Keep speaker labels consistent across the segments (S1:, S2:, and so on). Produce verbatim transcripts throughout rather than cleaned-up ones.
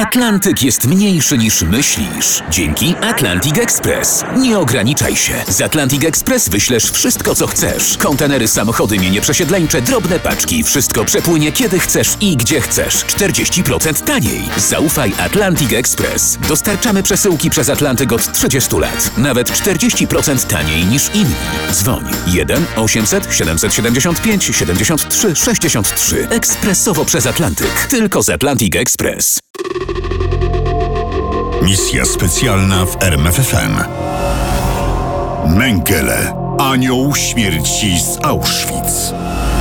S1: Atlantyk jest mniejszy niż myślisz. Dzięki Atlantic Express. Nie ograniczaj się. Z Atlantic Express wyślesz wszystko, co chcesz. Kontenery, samochody, mienie przesiedleńcze, drobne paczki. Wszystko przepłynie kiedy chcesz i gdzie chcesz. czterdzieści procent taniej. Zaufaj Atlantic Express. Dostarczamy przesyłki przez Atlantyk od trzydziestu lat. Nawet czterdzieści procent taniej niż inni. Dzwoń jeden osiemset siedemset siedemdziesiąt pięć siedemdziesiąt trzy sześćdziesiąt trzy. Ekspresowo przez Atlantyk. Tylko z Atlantic Express.
S2: Misja specjalna w R M F F M. Mengele, anioł śmierci z Auschwitz.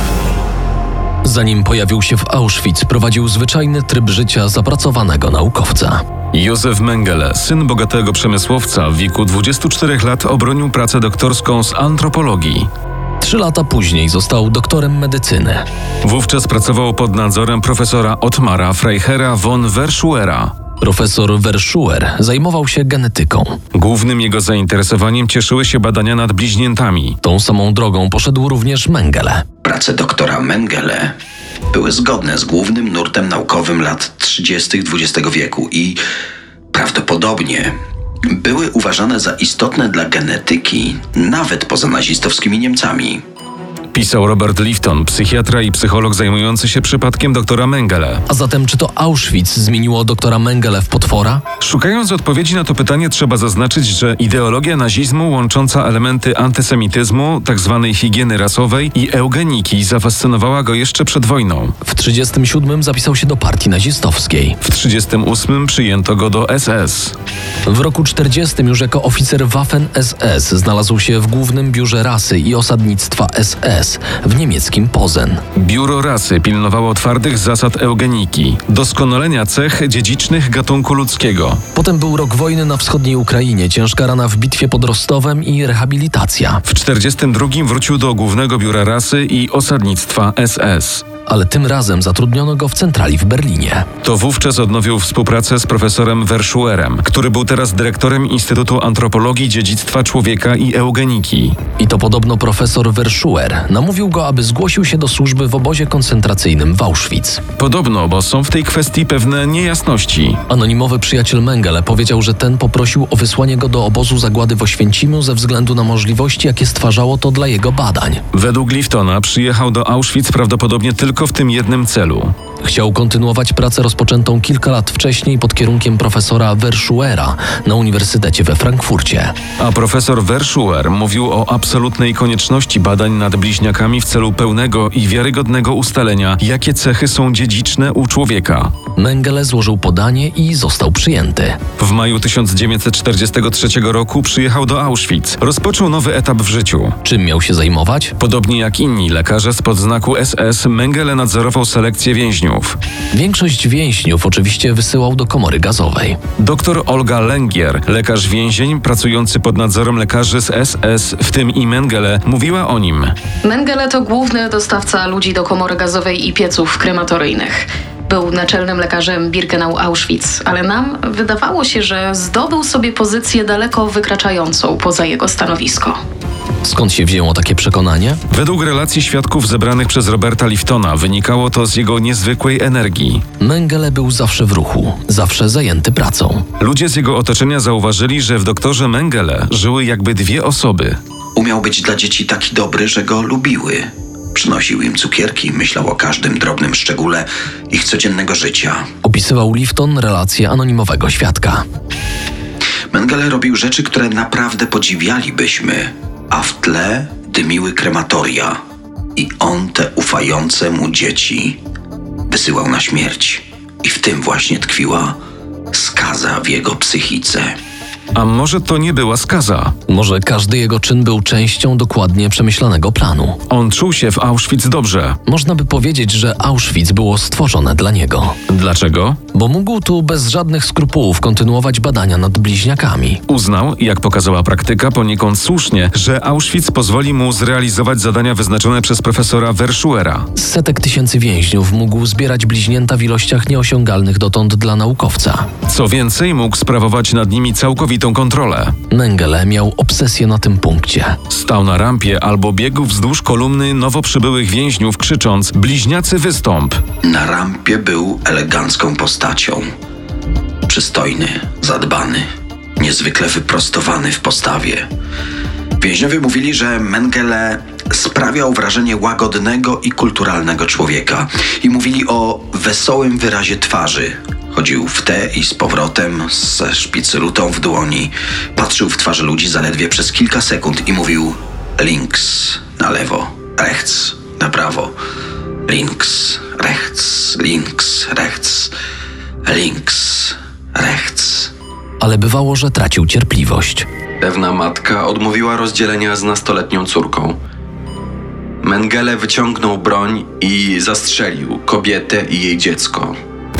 S3: Zanim pojawił się w Auschwitz, prowadził zwyczajny tryb życia zapracowanego naukowca.
S4: Józef Mengele, syn bogatego przemysłowca, w wieku dwudziestu czterech lat obronił pracę doktorską z antropologii.
S3: Trzy lata później został doktorem medycyny.
S4: Wówczas pracował pod nadzorem profesora Ottmara Freiherra von Verschuera.
S3: Profesor Verschuer zajmował się genetyką.
S4: Głównym jego zainteresowaniem cieszyły się badania nad bliźniętami.
S3: Tą samą drogą poszedł również Mengele.
S5: Prace doktora Mengele były zgodne z głównym nurtem naukowym lat trzydziestych dwudziestego wieku i prawdopodobnie były uważane za istotne dla genetyki nawet poza nazistowskimi Niemcami.
S4: Pisał Robert Lifton, psychiatra i psycholog zajmujący się przypadkiem doktora Mengele.
S3: A zatem czy to Auschwitz zmieniło doktora Mengele w potwora?
S4: Szukając odpowiedzi na to pytanie, trzeba zaznaczyć, że ideologia nazizmu łącząca elementy antysemityzmu, tzw. higieny rasowej i eugeniki zafascynowała go jeszcze przed wojną.
S3: W trzydziestym siódmym zapisał się do partii nazistowskiej.
S4: W trzydziestym ósmym przyjęto go do S S.
S3: W roku czterdziestym już jako oficer Waffen S S znalazł się w Głównym Biurze Rasy i Osadnictwa S S w niemieckim Posen.
S4: Biuro Rasy pilnowało twardych zasad eugeniki, doskonalenia cech dziedzicznych gatunku ludzkiego.
S3: Potem był rok wojny na wschodniej Ukrainie, ciężka rana w bitwie pod Rostowem i rehabilitacja.
S4: W czterdziestym drugim wrócił do Głównego Biura Rasy i Osadnictwa S S.
S3: Ale tym razem zatrudniono go w centrali w Berlinie.
S4: To wówczas odnowił współpracę z profesorem Verschuerem, który był teraz dyrektorem Instytutu Antropologii Dziedzictwa Człowieka i Eugeniki.
S3: I to podobno profesor Verschuer namówił go, aby zgłosił się do służby w obozie koncentracyjnym w Auschwitz.
S4: Podobno, bo są w tej kwestii pewne niejasności.
S3: Anonimowy przyjaciel Mengele powiedział, że ten poprosił o wysłanie go do obozu zagłady w Oświęcimiu ze względu na możliwości, jakie stwarzało to dla jego badań.
S4: Według Liftona przyjechał do Auschwitz prawdopodobnie tylko w tym jednym celu.
S3: Chciał kontynuować pracę rozpoczętą kilka lat wcześniej pod kierunkiem profesora Verschuera na Uniwersytecie we Frankfurcie.
S4: A profesor Verschuer mówił o absolutnej konieczności badań nad bliźniakami w celu pełnego i wiarygodnego ustalenia, jakie cechy są dziedziczne u człowieka.
S3: Mengele złożył podanie i został przyjęty.
S4: W maju tysiąc dziewięćset czterdziestego trzeciego roku przyjechał do Auschwitz. Rozpoczął nowy etap w życiu.
S3: Czym miał się zajmować?
S4: Podobnie jak inni lekarze spod znaku S S, Mengele nadzorował selekcję więźniów.
S3: Większość więźniów oczywiście wysyłał do komory gazowej.
S4: Doktor Olga Lengier, lekarz więzień pracujący pod nadzorem lekarzy z S S, w tym i Mengele, mówiła o nim.
S6: Mengele to główny dostawca ludzi do komory gazowej i pieców krematoryjnych. Był naczelnym lekarzem Birkenau Auschwitz, ale nam wydawało się, że zdobył sobie pozycję daleko wykraczającą poza jego stanowisko.
S3: Skąd się wzięło takie przekonanie?
S4: Według relacji świadków zebranych przez Roberta Liftona wynikało to z jego niezwykłej energii.
S3: Mengele był zawsze w ruchu, zawsze zajęty pracą.
S4: Ludzie z jego otoczenia zauważyli, że w doktorze Mengele żyły jakby dwie osoby.
S5: Umiał być dla dzieci taki dobry, że go lubiły. Przynosił im cukierki, myślał o każdym drobnym szczególe ich codziennego życia.
S3: Opisywał Lifton relację anonimowego świadka.
S5: Mengele robił rzeczy, które naprawdę podziwialibyśmy, a w tle dymiły krematoria i on te ufające mu dzieci wysyłał na śmierć. I w tym właśnie tkwiła skaza w jego psychice.
S4: A może to nie była skaza?
S3: Może każdy jego czyn był częścią dokładnie przemyślanego planu.
S4: On czuł się w Auschwitz dobrze.
S3: Można by powiedzieć, że Auschwitz było stworzone dla niego.
S4: Dlaczego?
S3: Bo mógł tu bez żadnych skrupułów kontynuować badania nad bliźniakami.
S4: Uznał, jak pokazała praktyka poniekąd słusznie, że Auschwitz pozwoli mu zrealizować zadania wyznaczone przez profesora Verschuera.
S3: Z setek tysięcy więźniów mógł zbierać bliźnięta w ilościach nieosiągalnych dotąd dla naukowca.
S4: Co więcej, mógł sprawować nad nimi całkowitą kontrolę.
S3: Mengele miał obsesję na tym punkcie.
S4: Stał na rampie albo biegł wzdłuż kolumny nowo przybyłych więźniów, krzycząc: bliźniacy wystąp!
S5: Na rampie był elegancką postacią. przystojny, zadbany, niezwykle wyprostowany w postawie. Więźniowie mówili, że Mengele sprawiał wrażenie łagodnego i kulturalnego człowieka i mówili o wesołym wyrazie twarzy. Chodził w te i z powrotem ze szpicylutą w dłoni, patrzył w twarze ludzi zaledwie przez kilka sekund i mówił links na lewo, rechts na prawo, links, rechts, links, rechts, links, rechts.
S3: Ale bywało, że tracił cierpliwość.
S7: Pewna matka odmówiła rozdzielenia z nastoletnią córką. Mengele wyciągnął broń i zastrzelił kobietę i jej dziecko.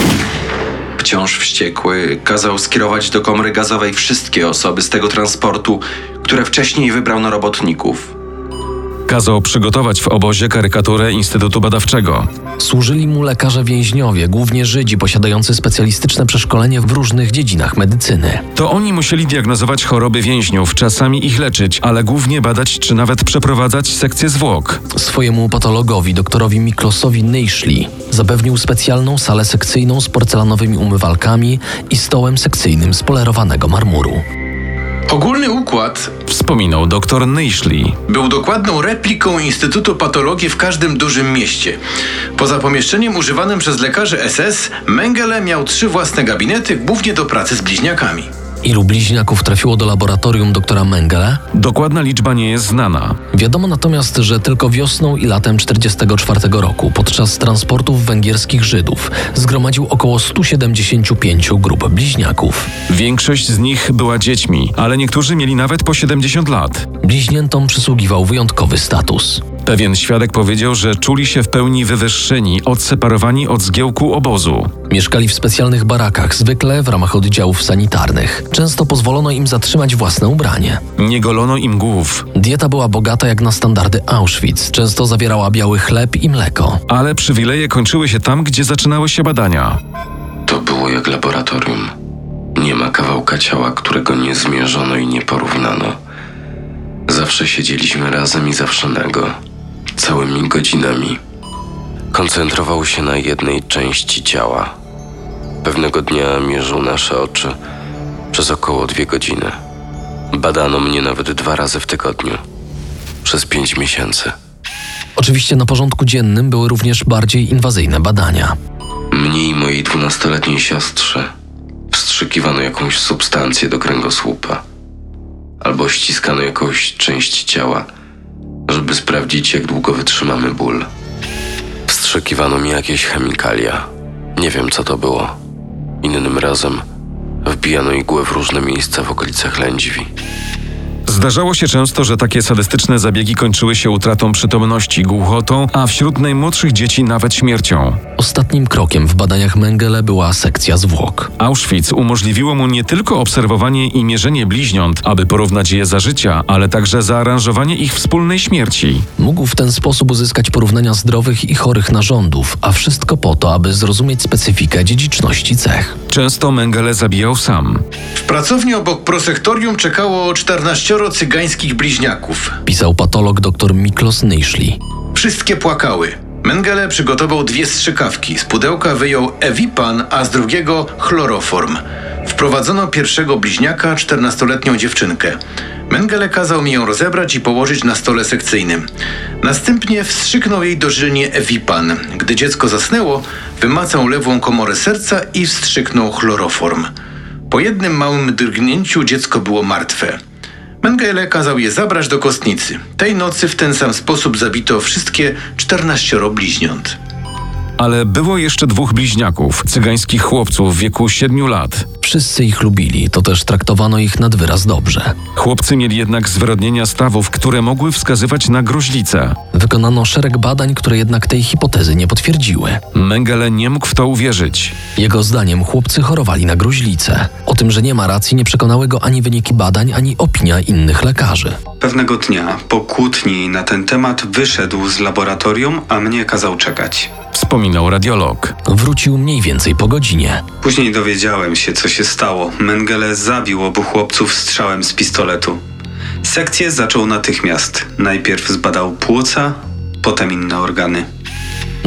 S7: Wciąż wściekły, kazał skierować do komory gazowej wszystkie osoby z tego transportu, które wcześniej wybrał na robotników.
S4: Kazał przygotować w obozie karykaturę Instytutu Badawczego.
S3: Służyli mu lekarze więźniowie, głównie Żydzi posiadający specjalistyczne przeszkolenie w różnych dziedzinach medycyny.
S4: To oni musieli diagnozować choroby więźniów, czasami ich leczyć, ale głównie badać czy nawet przeprowadzać sekcję zwłok.
S3: Swojemu patologowi, doktorowi Miklosowi Neiszli, zapewnił specjalną salę sekcyjną z porcelanowymi umywalkami i stołem sekcyjnym z polerowanego marmuru.
S8: Ogólny układ
S4: Wspominał dr Neiszli.
S8: był dokładną repliką Instytutu Patologii w każdym dużym mieście. Poza pomieszczeniem używanym przez lekarzy S S, Mengele miał trzy własne gabinety, głównie do pracy z bliźniakami.
S3: Ilu bliźniaków trafiło do laboratorium doktora Mengele?
S4: Dokładna liczba nie jest znana.
S3: Wiadomo natomiast, że tylko wiosną i latem czterdziestego czwartego roku podczas transportów węgierskich Żydów zgromadził około sto siedemdziesiąt pięć grup bliźniaków.
S4: Większość z nich była dziećmi, ale niektórzy mieli nawet po siedemdziesiąt lat.
S3: Bliźniętom przysługiwał wyjątkowy status.
S4: Pewien świadek powiedział, że czuli się w pełni wywyższeni, odseparowani od zgiełku obozu.
S3: Mieszkali w specjalnych barakach, zwykle w ramach oddziałów sanitarnych. Często pozwolono im zatrzymać własne ubranie.
S4: Nie golono im głów,
S3: Dieta była bogata jak na standardy Auschwitz. Często zawierała biały chleb i mleko.
S4: ale przywileje kończyły się tam, gdzie zaczynały się badania.
S7: To było jak laboratorium. Nie ma kawałka ciała, którego nie zmierzono i nie porównano. Zawsze siedzieliśmy razem i zawsze nago. Całymi godzinami. Koncentrował się na jednej części ciała. Pewnego dnia mierzył nasze oczy przez około dwie godziny. Badano mnie nawet dwa razy w tygodniu. Przez pięć miesięcy.
S3: Oczywiście na porządku dziennym były również bardziej inwazyjne badania.
S7: Mnie i mojej dwunastoletniej siostrze wstrzykiwano jakąś substancję do kręgosłupa. Albo ściskano jakąś część ciała, żeby sprawdzić, jak długo wytrzymamy ból. Wstrzykiwano mi jakieś chemikalia. Nie wiem, co to było. Innym razem wbijano igłę w różne miejsca w okolicach lędźwi.
S4: Zdarzało się często, że takie sadystyczne zabiegi kończyły się utratą przytomności, głuchotą, a wśród najmłodszych dzieci nawet śmiercią.
S3: Ostatnim krokiem w badaniach Mengele była sekcja zwłok.
S4: Auschwitz umożliwiło mu nie tylko obserwowanie i mierzenie bliźniąt, aby porównać je za życia, ale także zaaranżowanie ich wspólnej śmierci.
S3: Mógł w ten sposób uzyskać porównania zdrowych i chorych narządów, a wszystko po to, aby zrozumieć specyfikę dziedziczności cech.
S4: Często Mengele zabijał sam.
S8: W pracowni obok prosektorium czekało czternaścioro cygańskich bliźniaków.
S3: Pisał patolog dr Miklos Neiszli.
S8: Wszystkie płakały. Mengele przygotował dwie strzykawki. Z pudełka wyjął Evipan, a z drugiego chloroform. Wprowadzono pierwszego bliźniaka, czternastoletnią dziewczynkę. Mengele kazał mi ją rozebrać i położyć na stole sekcyjnym. Następnie wstrzyknął jej dożylnie Evipan. Gdy dziecko zasnęło, wymacał lewą komorę serca i wstrzyknął chloroform. Po jednym małym drgnięciu dziecko było martwe. Mengele kazał je zabrać do kostnicy. Tej nocy w ten sam sposób zabito wszystkie czternaścioro bliźniąt.
S4: Ale było jeszcze dwóch bliźniaków, cygańskich chłopców w wieku siedmiu lat.
S3: Wszyscy ich lubili, to też traktowano ich nad wyraz dobrze.
S4: Chłopcy mieli jednak zwyrodnienia stawów, które mogły wskazywać na gruźlicę.
S3: Wykonano szereg badań, które jednak tej hipotezy nie potwierdziły.
S4: Mengele nie mógł w to uwierzyć.
S3: Jego zdaniem chłopcy chorowali na gruźlicę. O tym, że nie ma racji, nie przekonały go ani wyniki badań, ani opinia innych lekarzy.
S9: Pewnego dnia, po kłótni na ten temat, wyszedł z laboratorium, a mnie kazał czekać.
S4: Wspominał radiolog.
S3: Wrócił mniej więcej po godzinie.
S9: Później dowiedziałem się, co się stało. Mengele zabił obu chłopców strzałem z pistoletu. Sekcję zaczął natychmiast. Najpierw zbadał płuca, potem inne organy.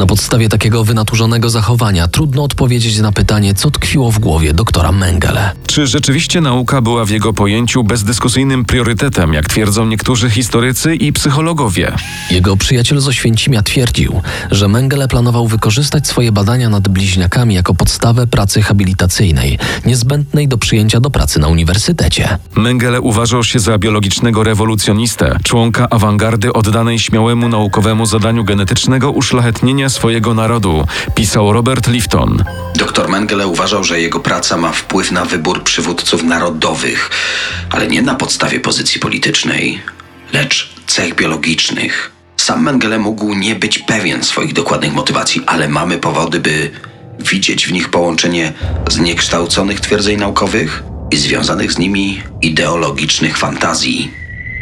S3: Na podstawie takiego wynaturzonego zachowania trudno odpowiedzieć na pytanie, co tkwiło w głowie doktora Mengele.
S4: Czy rzeczywiście nauka była w jego pojęciu bezdyskusyjnym priorytetem, jak twierdzą niektórzy historycy i psychologowie?
S3: Jego przyjaciel z Oświęcimia twierdził, że Mengele planował wykorzystać swoje badania nad bliźniakami jako podstawę pracy habilitacyjnej, niezbędnej do przyjęcia do pracy na uniwersytecie.
S4: Mengele uważał się za biologicznego rewolucjonistę, członka awangardy oddanej śmiałemu naukowemu zadaniu genetycznego uszlachetnienia swojego narodu, pisał Robert Lifton.
S5: Doktor Mengele uważał, że jego praca ma wpływ na wybór przywódców narodowych, ale nie na podstawie pozycji politycznej, lecz cech biologicznych. Sam Mengele mógł nie być pewien swoich dokładnych motywacji, ale mamy powody, by widzieć w nich połączenie zniekształconych twierdzeń naukowych i związanych z nimi ideologicznych fantazji.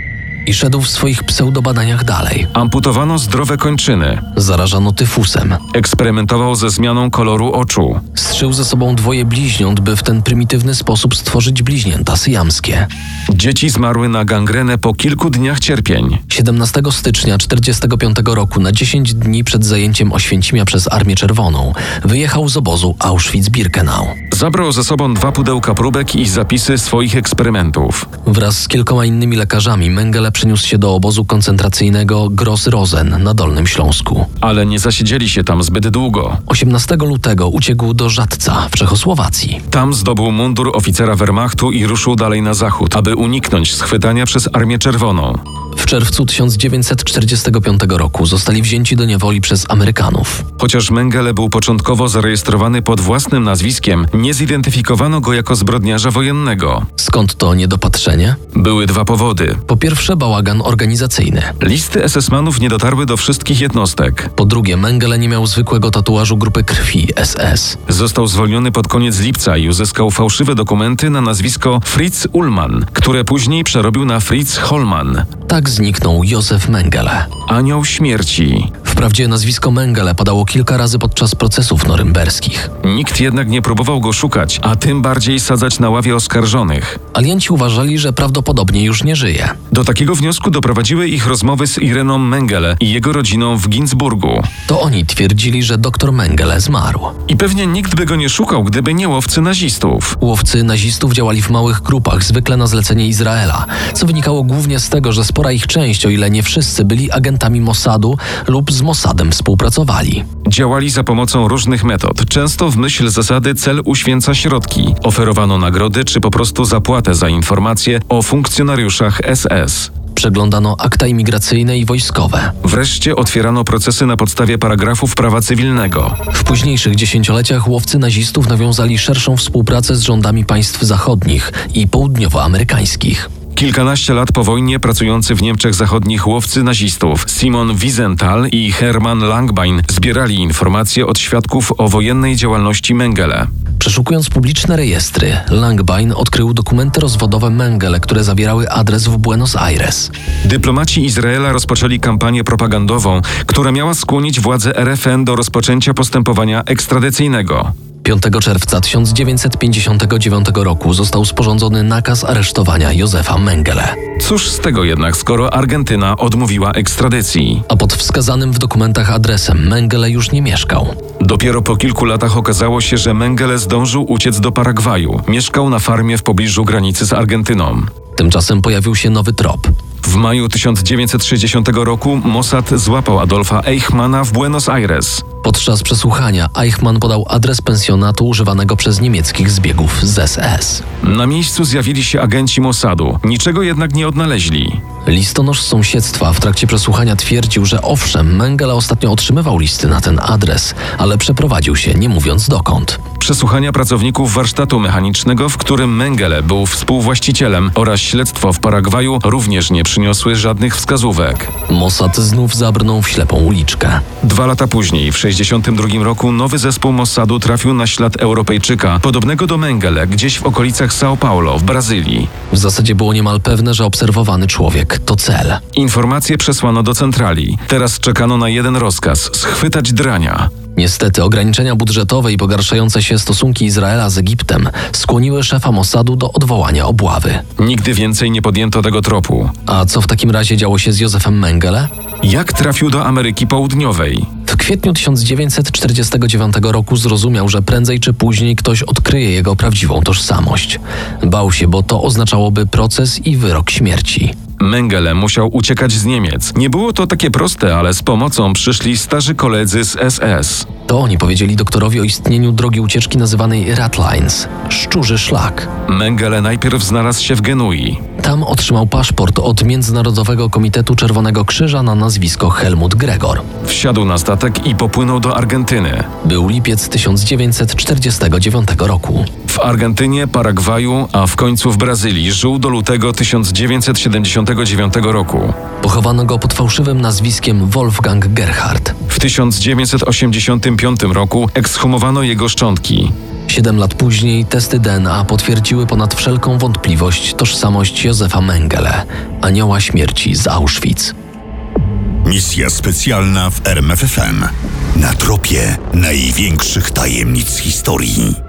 S3: I szedł w swoich pseudobadaniach dalej.
S4: Amputowano zdrowe kończyny.
S3: Zarażano tyfusem.
S4: Eksperymentował ze zmianą koloru oczu.
S3: Strzył ze sobą dwoje bliźniąt, by w ten prymitywny sposób stworzyć bliźnięta syjamskie.
S4: Dzieci zmarły na gangrenę po kilku dniach cierpień.
S3: siedemnastego stycznia tysiąc dziewięćset czterdziestego piątego roku, na dziesięć dni przed zajęciem Oświęcimia przez Armię Czerwoną, wyjechał z obozu Auschwitz-Birkenau.
S4: Zabrał ze sobą dwa pudełka próbek i zapisy swoich eksperymentów.
S3: Wraz z kilkoma innymi lekarzami Mengele przeniósł się do obozu koncentracyjnego Gross-Rosen na Dolnym Śląsku.
S4: Ale nie zasiedzieli się tam zbyt długo.
S3: osiemnastego lutego uciekł do Żadca w Czechosłowacji.
S4: Tam zdobył mundur oficera Wehrmachtu i ruszył dalej na zachód, aby uniknąć schwytania przez Armię Czerwoną.
S3: W czerwcu tysiąc dziewięćset czterdziestego piątego roku zostali wzięci do niewoli przez Amerykanów.
S4: Chociaż Mengele był początkowo zarejestrowany pod własnym nazwiskiem, nie zidentyfikowano go jako zbrodniarza wojennego.
S3: Skąd to niedopatrzenie?
S4: Były dwa powody.
S3: Po pierwsze, bałagan organizacyjny.
S4: Listy esesmanów nie dotarły do wszystkich jednostek.
S3: Po drugie, Mengele nie miał zwykłego tatuażu grupy krwi S S.
S4: Został zwolniony pod koniec lipca i uzyskał fałszywe dokumenty na nazwisko Fritz Ullmann, które później przerobił na Fritz Hollmann.
S3: Tak zniknął Józef Mengele.
S4: Anioł śmierci.
S3: Wprawdzie nazwisko Mengele padało kilka razy podczas procesów norymberskich.
S4: Nikt jednak nie próbował go szukać, a tym bardziej sadzać na ławie oskarżonych.
S3: Alianci uważali, że prawdopodobnie już nie żyje.
S4: Do takiego wniosku doprowadziły ich rozmowy z Ireną Mengele i jego rodziną w Ginzburgu.
S3: To oni twierdzili, że doktor Mengele zmarł.
S4: I pewnie nikt by go nie szukał, gdyby nie łowcy nazistów.
S3: Łowcy nazistów działali w małych grupach, zwykle na zlecenie Izraela, co wynikało głównie z tego, że spora ich część, o ile nie wszyscy, byli agentami Mossadu lub z Mossadem współpracowali.
S4: Działali za pomocą różnych metod, często w myśl zasady cel uświęca środki. Oferowano nagrody czy po prostu zapłatę za informacje o funkcjonariuszach S S.
S3: Przeglądano akta imigracyjne i wojskowe.
S4: Wreszcie otwierano procesy na podstawie paragrafów prawa cywilnego.
S3: W późniejszych dziesięcioleciach łowcy nazistów nawiązali szerszą współpracę z rządami państw zachodnich i południowoamerykańskich.
S4: Kilkanaście lat po wojnie pracujący w Niemczech Zachodnich łowcy nazistów Simon Wiesenthal i Hermann Langbein zbierali informacje od świadków o wojennej działalności Mengele.
S3: Przeszukując publiczne rejestry, Langbein odkrył dokumenty rozwodowe Mengele, które zawierały adres w Buenos Aires.
S4: Dyplomaci Izraela rozpoczęli kampanię propagandową, która miała skłonić władze R F N do rozpoczęcia postępowania ekstradycyjnego.
S3: piątego czerwca tysiąc dziewięćset pięćdziesiątego dziewiątego roku został sporządzony nakaz aresztowania Józefa Mengele.
S4: Cóż z tego jednak, skoro Argentyna odmówiła ekstradycji?
S3: A pod wskazanym w dokumentach adresem Mengele już nie mieszkał.
S4: Dopiero po kilku latach okazało się, że Mengele zdążył uciec do Paragwaju. Mieszkał na farmie w pobliżu granicy z Argentyną.
S3: Tymczasem pojawił się nowy trop.
S4: W maju tysiąc dziewięćset sześćdziesiątego roku Mossad złapał Adolfa Eichmanna w Buenos Aires.
S3: Podczas przesłuchania Eichmann podał adres pensjonatu używanego przez niemieckich zbiegów z S S.
S4: Na miejscu zjawili się agenci Mossadu. Niczego jednak nie odnaleźli.
S3: Listonosz z sąsiedztwa w trakcie przesłuchania twierdził, że owszem, Mengele ostatnio otrzymywał listy na ten adres, ale przeprowadził się, nie mówiąc dokąd.
S4: Przesłuchania pracowników warsztatu mechanicznego, w którym Mengele był współwłaścicielem, oraz śledztwo w Paragwaju również nie przyniosły żadnych wskazówek.
S3: Mossad znów zabrnął w ślepą uliczkę.
S4: Dwa lata później, w sześćdziesiątym drugim roku, nowy zespół Mossadu trafił na ślad Europejczyka, podobnego do Mengele, gdzieś w okolicach São Paulo, w Brazylii.
S3: W zasadzie było niemal pewne, że obserwowany człowiek to cel.
S4: Informacje przesłano do centrali. Teraz czekano na jeden rozkaz – schwytać drania.
S3: Niestety ograniczenia budżetowe i pogarszające się stosunki Izraela z Egiptem skłoniły szefa Mossadu do odwołania obławy.
S4: Nigdy więcej nie podjęto tego tropu.
S3: A co w takim razie działo się z Józefem Mengele?
S4: Jak trafił do Ameryki Południowej?
S3: W kwietniu tysiąc dziewięćset czterdziestego dziewiątego roku zrozumiał, że prędzej czy później ktoś odkryje jego prawdziwą tożsamość. Bał się, bo to oznaczałoby proces i wyrok śmierci.
S4: Mengele musiał uciekać z Niemiec. Nie było to takie proste, ale z pomocą przyszli starzy koledzy z S S.
S3: To oni powiedzieli doktorowi o istnieniu drogi ucieczki nazywanej Ratlines – szczurzy szlak.
S4: Mengele najpierw znalazł się w Genui.
S3: Tam otrzymał paszport od Międzynarodowego Komitetu Czerwonego Krzyża na nazwisko Helmut Gregor.
S4: Wsiadł na statek i popłynął do Argentyny.
S3: Był lipiec tysiąc dziewięćset czterdziestego dziewiątego roku.
S4: W Argentynie, Paragwaju, a w końcu w Brazylii żył do lutego tysiąc dziewięćset siedemdziesiątego dziewiątego roku.
S3: Pochowano go pod fałszywym nazwiskiem Wolfgang Gerhardt.
S4: W tysiąc dziewięćset osiemdziesiątym piątym roku ekshumowano jego szczątki.
S3: Siedem lat później testy D N A potwierdziły ponad wszelką wątpliwość tożsamość Józefa Mengele, anioła śmierci z Auschwitz.
S2: Misja specjalna w R M F F M. Na tropie największych tajemnic historii.